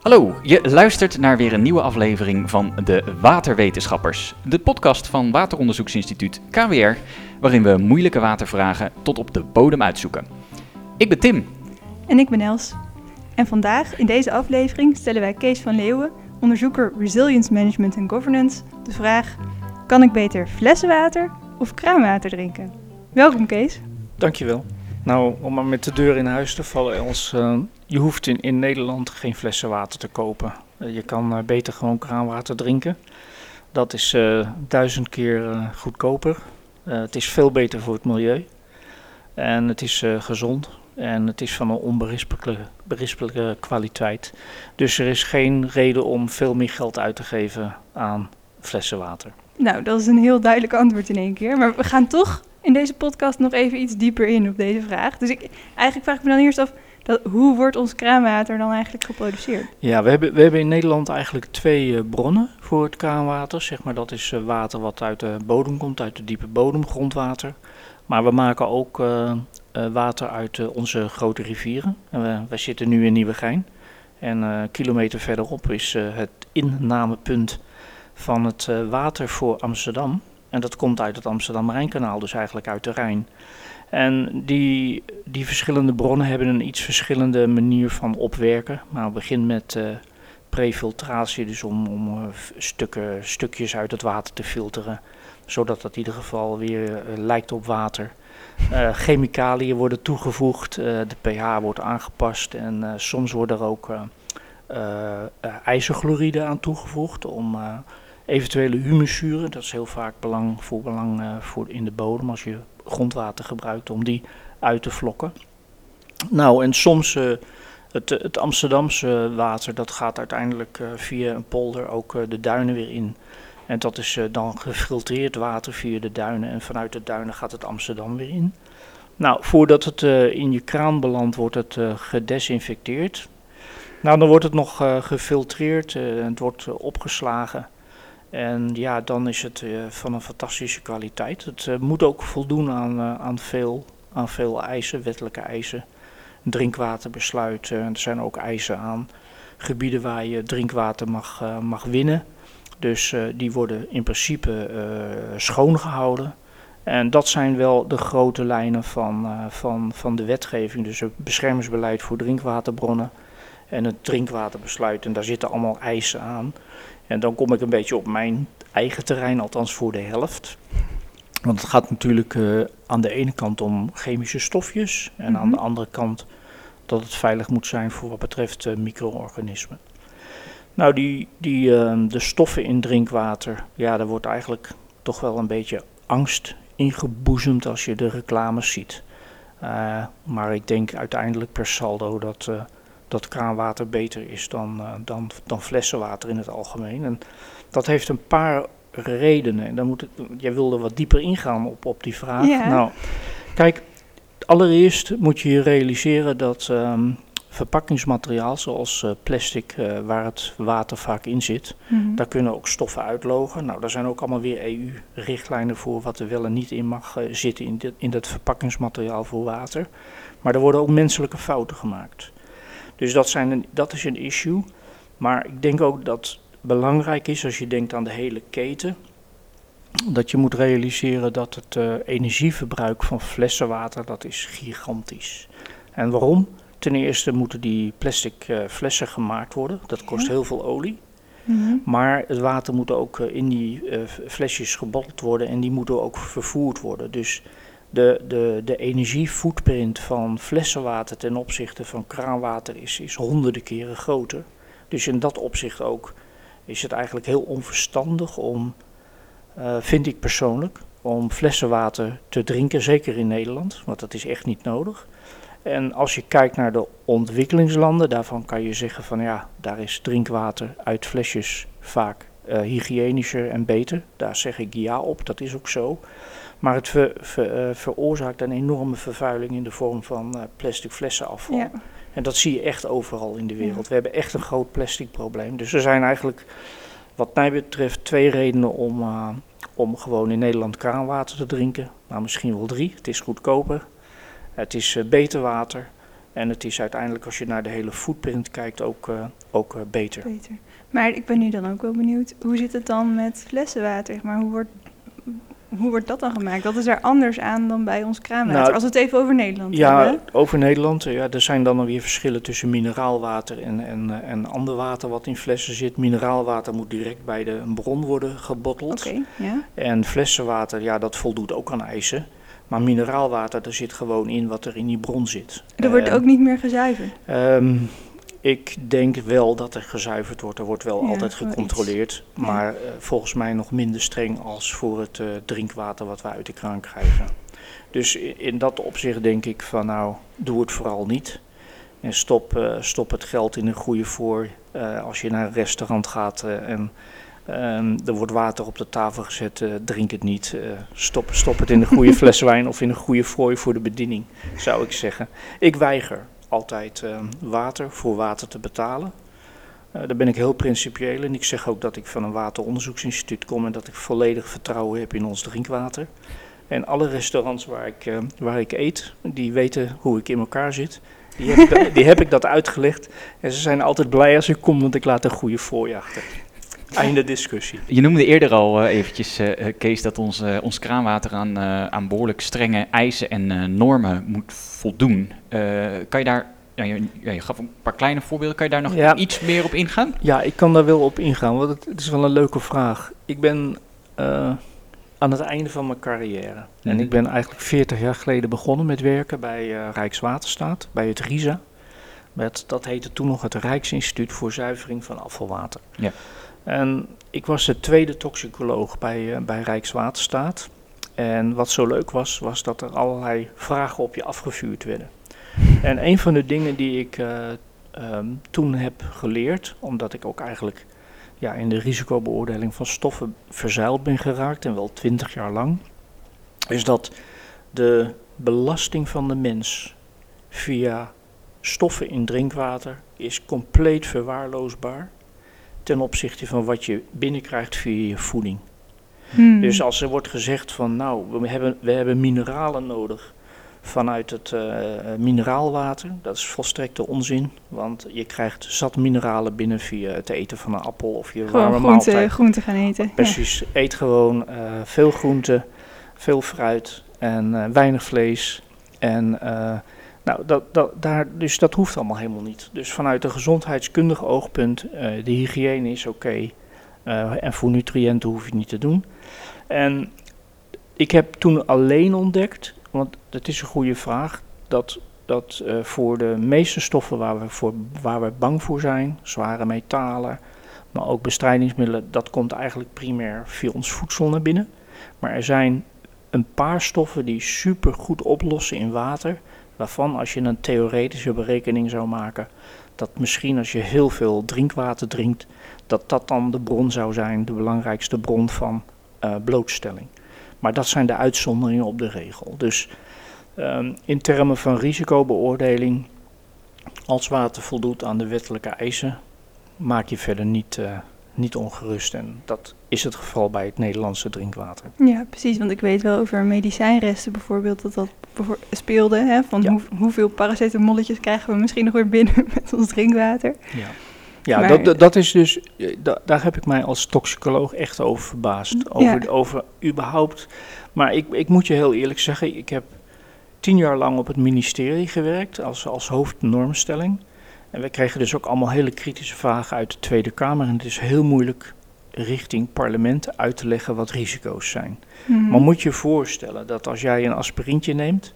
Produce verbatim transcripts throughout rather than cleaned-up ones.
Hallo, je luistert naar weer een nieuwe aflevering van de Waterwetenschappers, de podcast van Wateronderzoeksinstituut K W R, waarin we moeilijke watervragen tot op de bodem uitzoeken. Ik ben Tim. En ik ben Els. En vandaag, in deze aflevering, stellen wij Kees van Leeuwen, onderzoeker Resilience Management en Governance, de vraag: kan ik beter flessenwater of kraanwater drinken? Welkom Kees. Dankjewel. Nou, om maar met de deur in huis te vallen, Els, uh, je hoeft in, in Nederland geen flessen water te kopen. Uh, je kan uh, beter gewoon kraanwater drinken. Dat is uh, duizend keer uh, goedkoper. Uh, het is veel beter voor het milieu. En het is uh, gezond. En het is van een onberispelijke berispelijke kwaliteit. Dus er is geen reden om veel meer geld uit te geven aan flessen water. Nou, dat is een heel duidelijk antwoord in één keer. Maar we gaan toch in deze podcast nog even iets dieper in op deze vraag. Dus ik, eigenlijk vraag ik me dan eerst af, dat, hoe wordt ons kraanwater dan eigenlijk geproduceerd? Ja, we hebben, we hebben in Nederland eigenlijk twee uh, bronnen voor het kraanwater. Zeg maar, dat is uh, water wat uit de bodem komt, uit de diepe bodem, grondwater. Maar we maken ook uh, uh, water uit uh, onze grote rivieren. En we, wij zitten nu in Nieuwegein. En uh, een kilometer verderop is uh, het innamepunt van het uh, water voor Amsterdam. En dat komt uit het Amsterdam-Rijnkanaal, dus eigenlijk uit de Rijn. En die, die verschillende bronnen hebben een iets verschillende manier van opwerken. Maar we beginnen met uh, prefiltratie, dus om, om uh, stukken, stukjes uit het water te filteren. Zodat het in ieder geval weer uh, lijkt op water. Uh, chemicaliën worden toegevoegd, uh, de pH wordt aangepast en uh, soms worden er ook uh, uh, uh, ijzerchloride aan toegevoegd om uh, eventuele humuszuren, dat is heel vaak belang voor belang uh, voor in de bodem als je grondwater gebruikt om die uit te vlokken. Nou, en soms uh, het, het Amsterdamse water, dat gaat uiteindelijk uh, via een polder ook uh, de duinen weer in. En dat is uh, dan gefiltreerd water via de duinen en vanuit de duinen gaat het Amsterdam weer in. Nou, voordat het uh, in je kraan belandt, wordt het uh, gedesinfecteerd. Nou, dan wordt het nog uh, gefiltreerd, uh, het wordt uh, opgeslagen. En ja, dan is het uh, van een fantastische kwaliteit. Het uh, moet ook voldoen aan, uh, aan, veel, aan veel eisen, wettelijke eisen. Drinkwaterbesluit, uh, er zijn ook eisen aan gebieden waar je drinkwater mag, uh, mag winnen. Dus uh, die worden in principe uh, schoongehouden. En dat zijn wel de grote lijnen van, uh, van, van de wetgeving. Dus het beschermingsbeleid voor drinkwaterbronnen en het drinkwaterbesluit. En daar zitten allemaal eisen aan. En dan kom ik een beetje op mijn eigen terrein, althans voor de helft. Want het gaat natuurlijk uh, aan de ene kant om chemische stofjes. En mm-hmm. aan de andere kant dat het veilig moet zijn voor wat betreft uh, micro-organismen. Nou, die, die, uh, de stoffen in drinkwater, ja, daar wordt eigenlijk toch wel een beetje angst ingeboezemd als je de reclames ziet. Uh, maar ik denk uiteindelijk per saldo dat, uh, dat kraanwater beter is dan, uh, dan, dan flessenwater in het algemeen. En dat heeft een paar redenen. En dan moet ik, jij wilde wat dieper ingaan op, op die vraag. Ja. Nou, kijk, allereerst moet je je realiseren dat Um, verpakkingsmateriaal zoals uh, plastic, uh, waar het water vaak in zit, mm-hmm. daar kunnen ook stoffen uitlogen. Nou, daar zijn ook allemaal weer E U-richtlijnen voor wat er wel en niet in mag uh, zitten in, dit, in dat verpakkingsmateriaal voor water. Maar er worden ook menselijke fouten gemaakt. Dus dat, zijn een, dat is een issue. Maar ik denk ook dat het belangrijk is als je denkt aan de hele keten, dat je moet realiseren dat het uh, energieverbruik van flessenwater, dat is gigantisch. En waarom? Ten eerste moeten die plastic uh, flessen gemaakt worden. Dat kost heel veel olie. Mm-hmm. Maar het water moet ook uh, in die uh, flesjes gebotteld worden en die moeten ook vervoerd worden. Dus de, de, de energiefootprint van flessenwater ten opzichte van kraanwater is, is honderden keren groter. Dus in dat opzicht ook is het eigenlijk heel onverstandig om, uh, vind ik persoonlijk, om flessenwater te drinken, zeker in Nederland, want dat is echt niet nodig. En als je kijkt naar de ontwikkelingslanden, daarvan kan je zeggen van ja, daar is drinkwater uit flesjes vaak uh, hygiënischer en beter. Daar zeg ik ja op, dat is ook zo. Maar het ver, ver, uh, veroorzaakt een enorme vervuiling in de vorm van uh, plastic flessenafval. Ja. En dat zie je echt overal in de wereld. Ja. We hebben echt een groot plastic probleem. Dus er zijn eigenlijk wat mij betreft twee redenen om, uh, om gewoon in Nederland kraanwater te drinken. Nou, misschien wel drie. Het is goedkoper. Het is uh, beter water. En het is uiteindelijk, als je naar de hele footprint kijkt, ook, uh, ook uh, beter. beter. Maar ik ben nu dan ook wel benieuwd, hoe zit het dan met flessenwater? Maar hoe wordt, hoe wordt dat dan gemaakt? Dat is er anders aan dan bij ons kraanwater, Nou, als we het even over Nederland Ja, hebben. over Nederland. Ja, er zijn dan weer verschillen tussen mineraalwater en, en, uh, en ander water wat in flessen zit. Mineraalwater moet direct bij de een bron worden gebotteld. Oké, okay, ja. En flessenwater, ja, dat voldoet ook aan eisen. Maar mineraalwater, daar zit gewoon in wat er in die bron zit. Er wordt uh, ook niet meer gezuiverd? Um, ik denk wel dat er gezuiverd wordt. Er wordt wel ja, altijd gecontroleerd. Ja. Maar uh, volgens mij nog minder streng als voor het uh, drinkwater wat we uit de kraan krijgen. Dus in, in dat opzicht denk ik van nou, doe het vooral niet. En stop, uh, stop het geld in een goede voor. Uh, als je naar een restaurant gaat uh, en um, er wordt water op de tafel gezet, uh, drink het niet. Uh, stop, stop het in een goede fles wijn of in een goede fooi voor de bediening, zou ik zeggen. Ik weiger altijd uh, water voor water te betalen. Uh, daar ben ik heel principieel in. Ik zeg ook dat ik van een wateronderzoeksinstituut kom en dat ik volledig vertrouwen heb in ons drinkwater. En alle restaurants waar ik, uh, waar ik eet, die weten hoe ik in elkaar zit. Die heb, ik dat, die heb ik dat uitgelegd. En ze zijn altijd blij als ik kom, want ik laat een goede fooi achter. Einde discussie. Je noemde eerder al uh, eventjes, uh, Kees, dat ons, uh, ons kraanwater aan, uh, aan behoorlijk strenge eisen en uh, normen moet voldoen. Uh, kan je daar, ja, je, ja, je gaf een paar kleine voorbeelden, kan je daar nog ja. iets meer op ingaan? Ja, ik kan daar wel op ingaan, want het, het is wel een leuke vraag. Ik ben uh, aan het einde van mijn carrière. Mm-hmm. En ik ben eigenlijk veertig jaar geleden begonnen met werken bij uh, Rijkswaterstaat, bij het RISA. Met, dat heette toen nog het Rijksinstituut voor Zuivering van Afvalwater. Ja. En ik was de tweede toxicoloog bij, uh, bij Rijkswaterstaat. En wat zo leuk was, was dat er allerlei vragen op je afgevuurd werden. En een van de dingen die ik uh, um, toen heb geleerd, omdat ik ook eigenlijk ja, in de risicobeoordeling van stoffen verzeild ben geraakt, en wel twintig jaar lang, is dat de belasting van de mens via stoffen in drinkwater is compleet verwaarloosbaar ten opzichte van wat je binnenkrijgt via je voeding. Hmm. Dus als er wordt gezegd van nou, we hebben, we hebben mineralen nodig vanuit het uh, mineraalwater, dat is volstrekte onzin, want je krijgt zat mineralen binnen via het eten van een appel of je gewoon warme groente, maaltijd. groente gaan eten. Precies, ja. Eet gewoon uh, veel groente, veel fruit en uh, weinig vlees en uh, nou, dat, dat, daar, dus dat hoeft allemaal helemaal niet. Dus vanuit een gezondheidskundig oogpunt, uh, de hygiëne is oké okay, uh, en voor nutriënten hoef je het niet te doen. En ik heb toen alleen ontdekt, want dat is een goede vraag, dat, dat uh, voor de meeste stoffen waar we, voor, waar we bang voor zijn, zware metalen, maar ook bestrijdingsmiddelen, dat komt eigenlijk primair via ons voedsel naar binnen. Maar er zijn een paar stoffen die super goed oplossen in water, waarvan als je een theoretische berekening zou maken, dat misschien als je heel veel drinkwater drinkt, dat dat dan de bron zou zijn, de belangrijkste bron van uh, blootstelling. Maar dat zijn de uitzonderingen op de regel. Dus um, in termen van risicobeoordeling, als water voldoet aan de wettelijke eisen, maak je verder niet, uh, niet ongerust. En dat is het geval bij het Nederlandse drinkwater. Ja, precies. Want ik weet wel over medicijnresten bijvoorbeeld, dat dat bevo- speelde. Hè, van ja. hoe, hoeveel paracetamolletjes krijgen we misschien nog weer binnen met ons drinkwater. Ja. Ja, maar, dat, dat is dus, da, daar heb ik mij als toxicoloog echt over verbaasd. Over, ja. over überhaupt. Maar ik, ik moet je heel eerlijk zeggen, ik heb tien jaar lang op het ministerie gewerkt als, als hoofdnormstelling. En we kregen dus ook allemaal hele kritische vragen uit de Tweede Kamer. En het is heel moeilijk richting parlement uit te leggen wat risico's zijn. Mm-hmm. Maar moet je je voorstellen dat als jij een aspirintje neemt,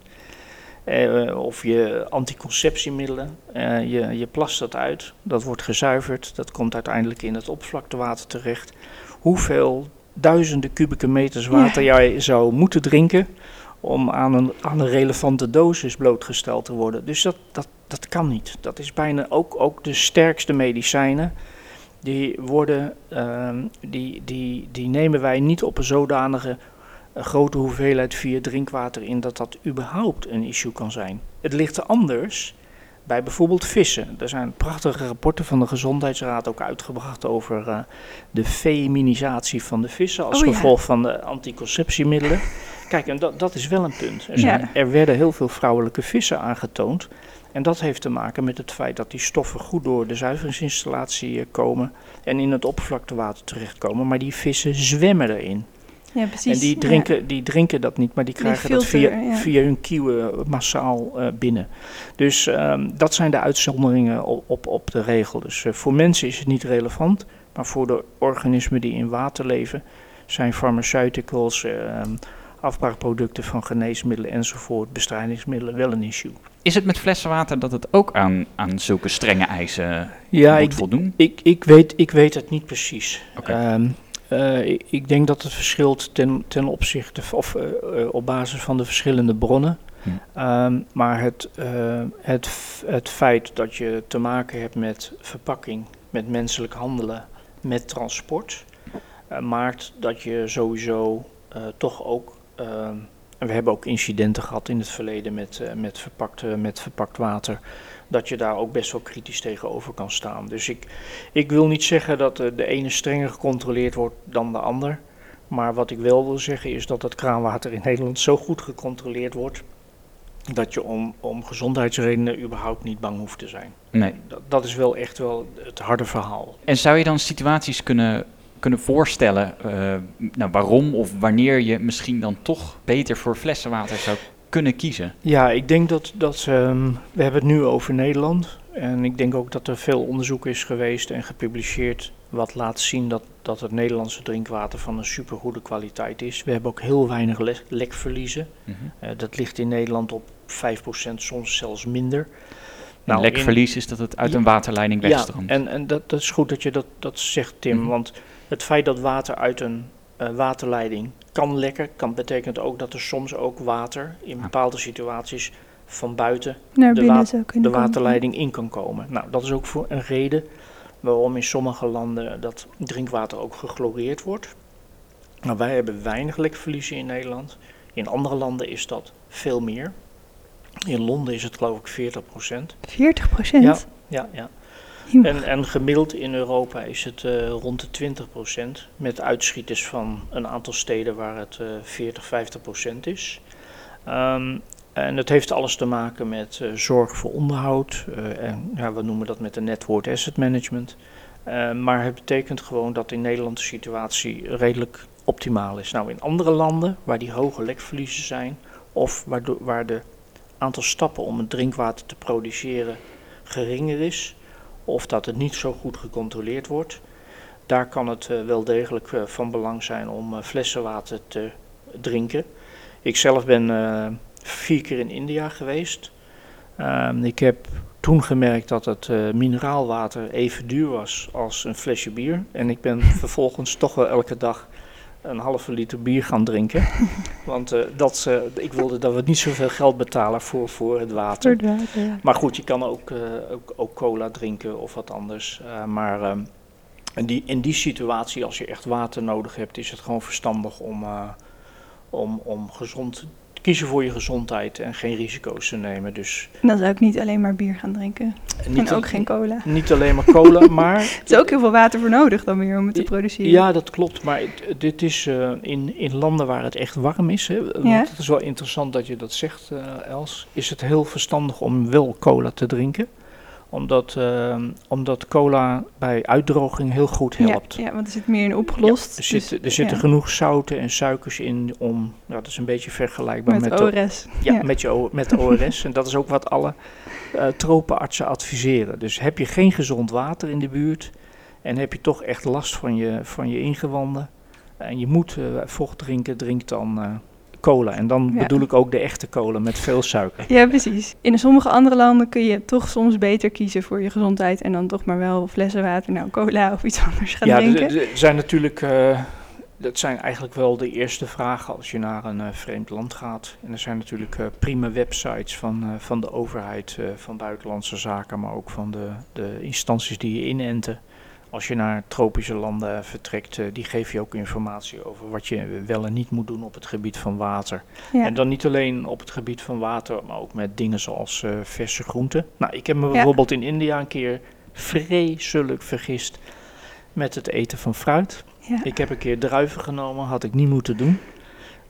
Uh, of je anticonceptiemiddelen, uh, je, je plast dat uit, dat wordt gezuiverd, dat komt uiteindelijk in het oppervlaktewater terecht. Hoeveel duizenden kubieke meters water ja. jij zou moeten drinken om aan een, aan een relevante dosis blootgesteld te worden. Dus dat, dat, dat kan niet. Dat is bijna ook, ook de sterkste medicijnen. Die, worden, uh, die, die, die nemen wij niet op een zodanige een grote hoeveelheid via drinkwater in dat dat überhaupt een issue kan zijn. Het ligt anders bij bijvoorbeeld vissen. Er zijn prachtige rapporten van de Gezondheidsraad ook uitgebracht over uh, de feminisatie van de vissen als oh, gevolg ja. van de anticonceptiemiddelen. Kijk, en dat, dat is wel een punt. Er, Ja. zijn, er werden heel veel vrouwelijke vissen aangetoond. En dat heeft te maken met het feit dat die stoffen goed door de zuiveringsinstallatie eh, komen en in het oppervlaktewater terechtkomen. Maar die vissen zwemmen erin. Ja, precies. En die drinken, die drinken dat niet, maar die Die krijgen dat filter, via, ja. via hun kieuwen massaal uh, binnen. Dus um, dat zijn de uitzonderingen op, op, op de regel. Dus uh, voor mensen is het niet relevant, maar voor de organismen die in water leven zijn pharmaceuticals, uh, afbraakproducten van geneesmiddelen enzovoort, bestrijdingsmiddelen wel een issue. Is het met flessenwater dat het ook aan, aan zulke strenge eisen Ja, moet ik, voldoen? ik, ik, weet, ik weet het niet precies. Oké. Um, Uh, ik, ik denk dat het verschilt ten, ten opzichte of uh, uh, op basis van de verschillende bronnen. Hm. Um, maar het, uh, het, het feit dat je te maken hebt met verpakking, met menselijk handelen, met transport, uh, maakt dat je sowieso uh, toch ook, uh, en we hebben ook incidenten gehad in het verleden met, uh, met, verpakt, uh, met verpakt water, dat je daar ook best wel kritisch tegenover kan staan. Dus ik, ik wil niet zeggen dat uh, de ene strenger gecontroleerd wordt dan de ander. Maar wat ik wel wil zeggen is dat het kraanwater in Nederland zo goed gecontroleerd wordt, dat je om, om gezondheidsredenen überhaupt niet bang hoeft te zijn. Nee. Dat, dat is wel echt wel het harde verhaal. En zou je dan situaties kunnen, kunnen voorstellen, uh, nou, waarom of wanneer je misschien dan toch beter voor flessenwater zou kunnen kiezen? Ja, ik denk dat, dat um, we hebben het nu over Nederland. En ik denk ook dat er veel onderzoek is geweest en gepubliceerd wat laat zien dat, dat het Nederlandse drinkwater van een supergoede kwaliteit is. We hebben ook heel weinig le- lekverliezen. Mm-hmm. Uh, dat ligt in Nederland op vijf procent, soms zelfs minder. Nou, lekverlies is dat het uit ja, een waterleiding wegstroomt. Ja, en, en dat, dat is goed dat je dat, dat zegt, Tim. Mm-hmm. Want het feit dat water uit een uh, waterleiding kan lekken, kan betekent ook dat er soms ook water in bepaalde situaties van buiten Naar de, binnen wa- zou de kunnen komen. waterleiding in kan komen. Nou, dat is ook voor een reden waarom in sommige landen dat drinkwater ook gechloreerd wordt. Nou, wij hebben weinig lekverliezen in Nederland. In andere landen is dat veel meer. In Londen is het geloof ik veertig procent. veertig procent? Ja, ja, ja. Joe. En, en gemiddeld in Europa is het uh, rond de twintig procent. Met uitschieters van een aantal steden waar het uh, veertig, vijftig procent is. Um, en het heeft alles te maken met uh, zorg voor onderhoud. Uh, en ja, we noemen dat met een netwoord asset management. Uh, maar het betekent gewoon dat in Nederland de situatie redelijk optimaal is. Nou, in andere landen waar die hoge lekverliezen zijn, of waardoor, waar de aantal stappen om het drinkwater te produceren geringer is, of dat het niet zo goed gecontroleerd wordt, daar kan het uh, wel degelijk uh, van belang zijn om uh, flessenwater te drinken. Ik zelf ben uh, vier keer in India geweest. Uh, ik heb toen gemerkt dat het uh, mineraalwater even duur was als een flesje bier. En ik ben vervolgens toch wel elke dag een halve liter bier gaan drinken. Want uh, dat, uh, ik wilde dat we niet zoveel geld betalen voor, voor het water. Voor het water, ja. Maar goed, je kan ook, uh, ook, ook cola drinken of wat anders. Uh, maar um, in, die, in die situatie, als je echt water nodig hebt, is het gewoon verstandig om, uh, om, om gezond te kiezen voor je gezondheid en geen risico's te nemen. Dus Dan zou ik niet alleen maar bier gaan drinken. niet En ook al- geen cola. Niet alleen maar cola, maar... Er is ook heel veel water voor nodig dan weer om het te produceren. Ja, dat klopt. Maar het- dit is uh, in, in landen waar het echt warm is. Hè, want Ja. het is wel interessant dat je dat zegt, uh, Els. Is het heel verstandig om wel cola te drinken. Omdat, uh, omdat cola bij uitdroging heel goed helpt. Ja, ja, want er zit meer in opgelost. Ja, er zitten, er dus, zitten ja. genoeg zouten en suikers in om... Ja, dat is een beetje vergelijkbaar Met met, O de, R S. ja, Ja. met, je, O- met de O R S. En dat is ook wat alle uh, tropenartsen adviseren. Dus heb je geen gezond water in de buurt en heb je toch echt last van je, van je ingewanden en je moet uh, vocht drinken, drink dan uh, cola. En dan Ja. bedoel ik ook de echte cola met veel suiker. Ja, precies. In sommige andere landen kun je toch soms beter kiezen voor je gezondheid en dan toch maar wel flessen water, nou cola of iets anders gaan Ja, drinken. er er zijn natuurlijk... Uh, dat zijn eigenlijk wel de eerste vragen als je naar een uh, vreemd land gaat. En er zijn natuurlijk uh, prima websites van, uh, van de overheid, uh, van buitenlandse zaken, maar ook van de, de instanties die je inenten. Als je naar tropische landen vertrekt, uh, die geven je ook informatie over wat je wel en niet moet doen op het gebied van water. Ja. En dan niet alleen op het gebied van water, maar ook met dingen zoals uh, verse groenten. Nou, ik heb me Ja. bijvoorbeeld in India een keer vreselijk vergist met het eten van fruit. Ja. Ik heb een keer druiven genomen, had ik niet moeten doen.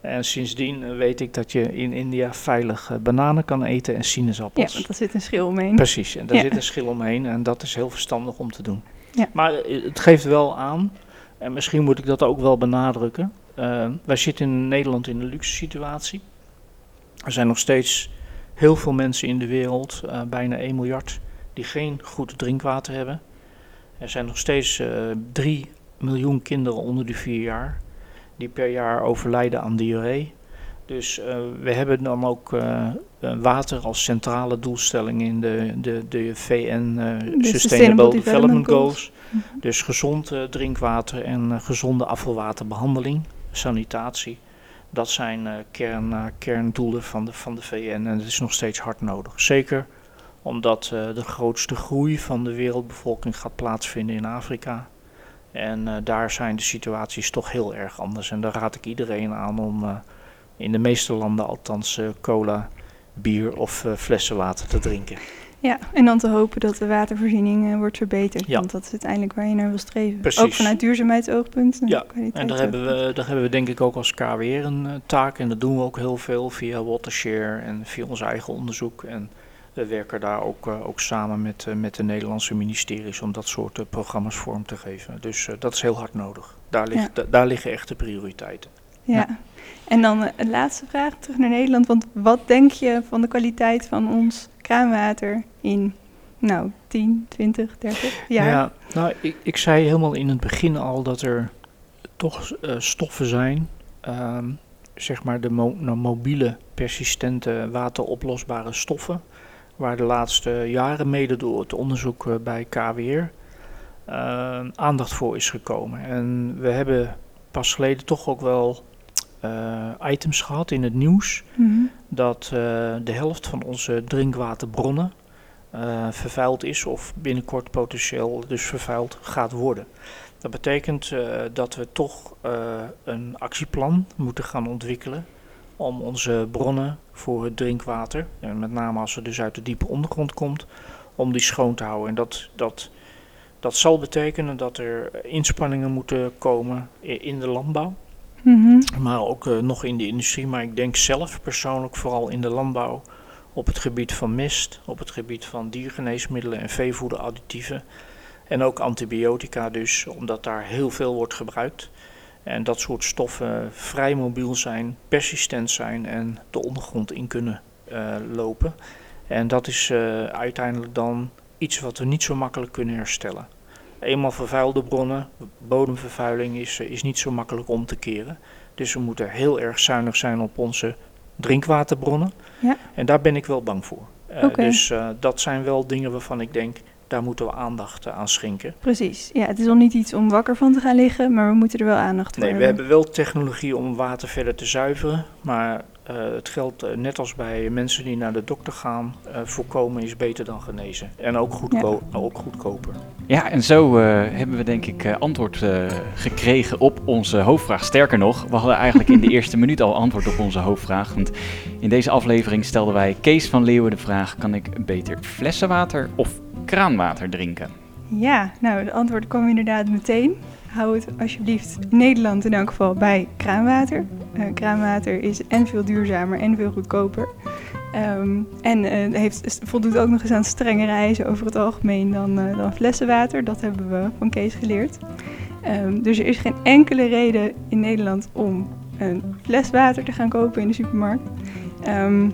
En sindsdien uh, weet ik dat je in India veilig uh, bananen kan eten en sinaasappels. Ja, want daar zit een schil omheen. Precies, en daar Ja. zit een schil omheen en dat is heel verstandig om te doen. Ja. Maar uh, het geeft wel aan, en misschien moet ik dat ook wel benadrukken. Uh, wij zitten in Nederland in een luxe situatie. Er zijn nog steeds heel veel mensen in de wereld, uh, bijna één miljard, die geen goed drinkwater hebben. Er zijn nog steeds uh, drie miljoen kinderen onder de vier jaar die per jaar overlijden aan diarree. Dus uh, we hebben dan ook uh, water als centrale doelstelling in de, de, de V N uh, Sustainable, Sustainable Development, Development Goals. Goals. Mm-hmm. Dus gezond uh, drinkwater en uh, gezonde afvalwaterbehandeling, sanitatie. Dat zijn uh, kern, uh, kerndoelen van de, van de V N en dat is nog steeds hard nodig. Zeker omdat uh, de grootste groei van de wereldbevolking gaat plaatsvinden in Afrika. En uh, daar zijn de situaties toch heel erg anders. En daar raad ik iedereen aan om uh, in de meeste landen althans uh, cola, bier of uh, flessen water te drinken. Ja, en dan te hopen dat de watervoorziening uh, wordt verbeterd. Ja. Want dat is uiteindelijk waar je naar wil streven. Precies. Ook vanuit duurzaamheidsoogpunt. Ja, en daar hebben, we, daar hebben we denk ik ook als K W R een uh, taak. En dat doen we ook heel veel via Watershare en via ons eigen onderzoek. En we werken daar ook, uh, ook samen met, uh, met de Nederlandse ministeries om dat soort uh, programma's vorm te geven. Dus uh, dat is heel hard nodig. Daar, ligt, Ja. da, daar liggen echt de prioriteiten. Ja. Ja. En dan uh, een laatste vraag terug naar Nederland. Want wat denk je van de kwaliteit van ons kraanwater in nou, tien, twintig, dertig jaar? Ja, nou, ik, ik zei helemaal in het begin al dat er toch uh, stoffen zijn, um, zeg maar de mo- nou, mobiele, persistente, wateroplosbare stoffen, waar de laatste jaren mede door het onderzoek uh, bij K W R uh, aandacht voor is gekomen. En we hebben pas geleden toch ook wel uh, items gehad in het nieuws, Mm-hmm. dat uh, de helft van onze drinkwaterbronnen uh, vervuild is of binnenkort potentieel dus vervuild gaat worden. Dat betekent uh, dat we toch uh, een actieplan moeten gaan ontwikkelen om onze bronnen voor het drinkwater, en met name als het dus uit de diepe ondergrond komt, om die schoon te houden. En dat, dat, dat zal betekenen dat er inspanningen moeten komen in de landbouw. Mm-hmm. Maar ook uh, nog in de industrie, maar ik denk zelf persoonlijk vooral in de landbouw op het gebied van mest, op het gebied van diergeneesmiddelen en veevoederadditieven en ook antibiotica dus, omdat daar heel veel wordt gebruikt. En dat soort stoffen vrij mobiel zijn, persistent zijn en de ondergrond in kunnen uh, lopen. En dat is uh, uiteindelijk dan iets wat we niet zo makkelijk kunnen herstellen. Eenmaal vervuilde bronnen, bodemvervuiling is, is niet zo makkelijk om te keren. Dus we moeten heel erg zuinig zijn op onze drinkwaterbronnen. Ja. En daar ben ik wel bang voor. Uh, Oké. Dus uh, dat zijn wel dingen waarvan ik denk, daar moeten we aandacht uh, aan schenken. Precies. Ja, het is al niet iets om wakker van te gaan liggen, maar we moeten er wel aandacht voor Nee, we hebben. hebben wel technologie om water verder te zuiveren. Maar uh, het geldt uh, net als bij mensen die naar de dokter gaan. Uh, voorkomen is beter dan genezen. En ook, goedko- ook goedkoper. Ja, en zo uh, hebben we denk ik uh, antwoord uh, gekregen op onze hoofdvraag. Sterker nog, we hadden eigenlijk in de eerste minuut al antwoord op onze hoofdvraag. Want in deze aflevering stelden wij Kees van Leeuwen de vraag: kan ik beter flessenwater of kraanwater drinken? Ja, nou, de antwoord kwam inderdaad meteen. Hou het alsjeblieft in Nederland in elk geval bij kraanwater. Uh, kraanwater is en veel duurzamer en veel goedkoper. Um, en uh, heeft, voldoet ook nog eens aan strengere eisen over het algemeen dan, uh, dan flessenwater. Dat hebben we van Kees geleerd. Um, dus er is geen enkele reden in Nederland om een fles water te gaan kopen in de supermarkt. Um,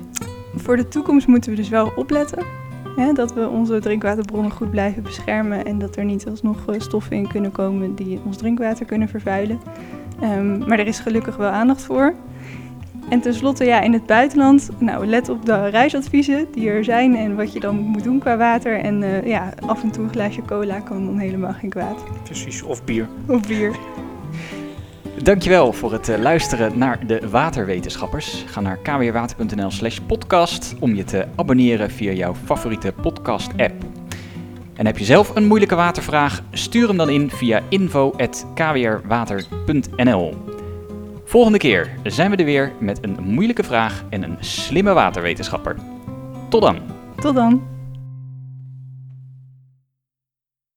voor de toekomst moeten we dus wel opletten. Hè, dat we onze drinkwaterbronnen goed blijven beschermen en dat er niet alsnog uh, stoffen in kunnen komen die ons drinkwater kunnen vervuilen. Um, maar er is gelukkig wel aandacht voor. En tenslotte, ja, in het buitenland, nou, let op de reisadviezen die er zijn en wat je dan moet doen qua water. En uh, ja, af en toe een glaasje cola kan dan helemaal geen kwaad. Precies, of bier. Of bier. Dankjewel voor het uh, luisteren naar de Waterwetenschappers. Ga naar kwrwater.nl slash podcast om je te abonneren via jouw favoriete podcast app. En heb je zelf een moeilijke watervraag? Stuur hem dan in via info at kwrwater punt n l. Volgende keer zijn we er weer met een moeilijke vraag en een slimme waterwetenschapper. Tot dan! Tot dan!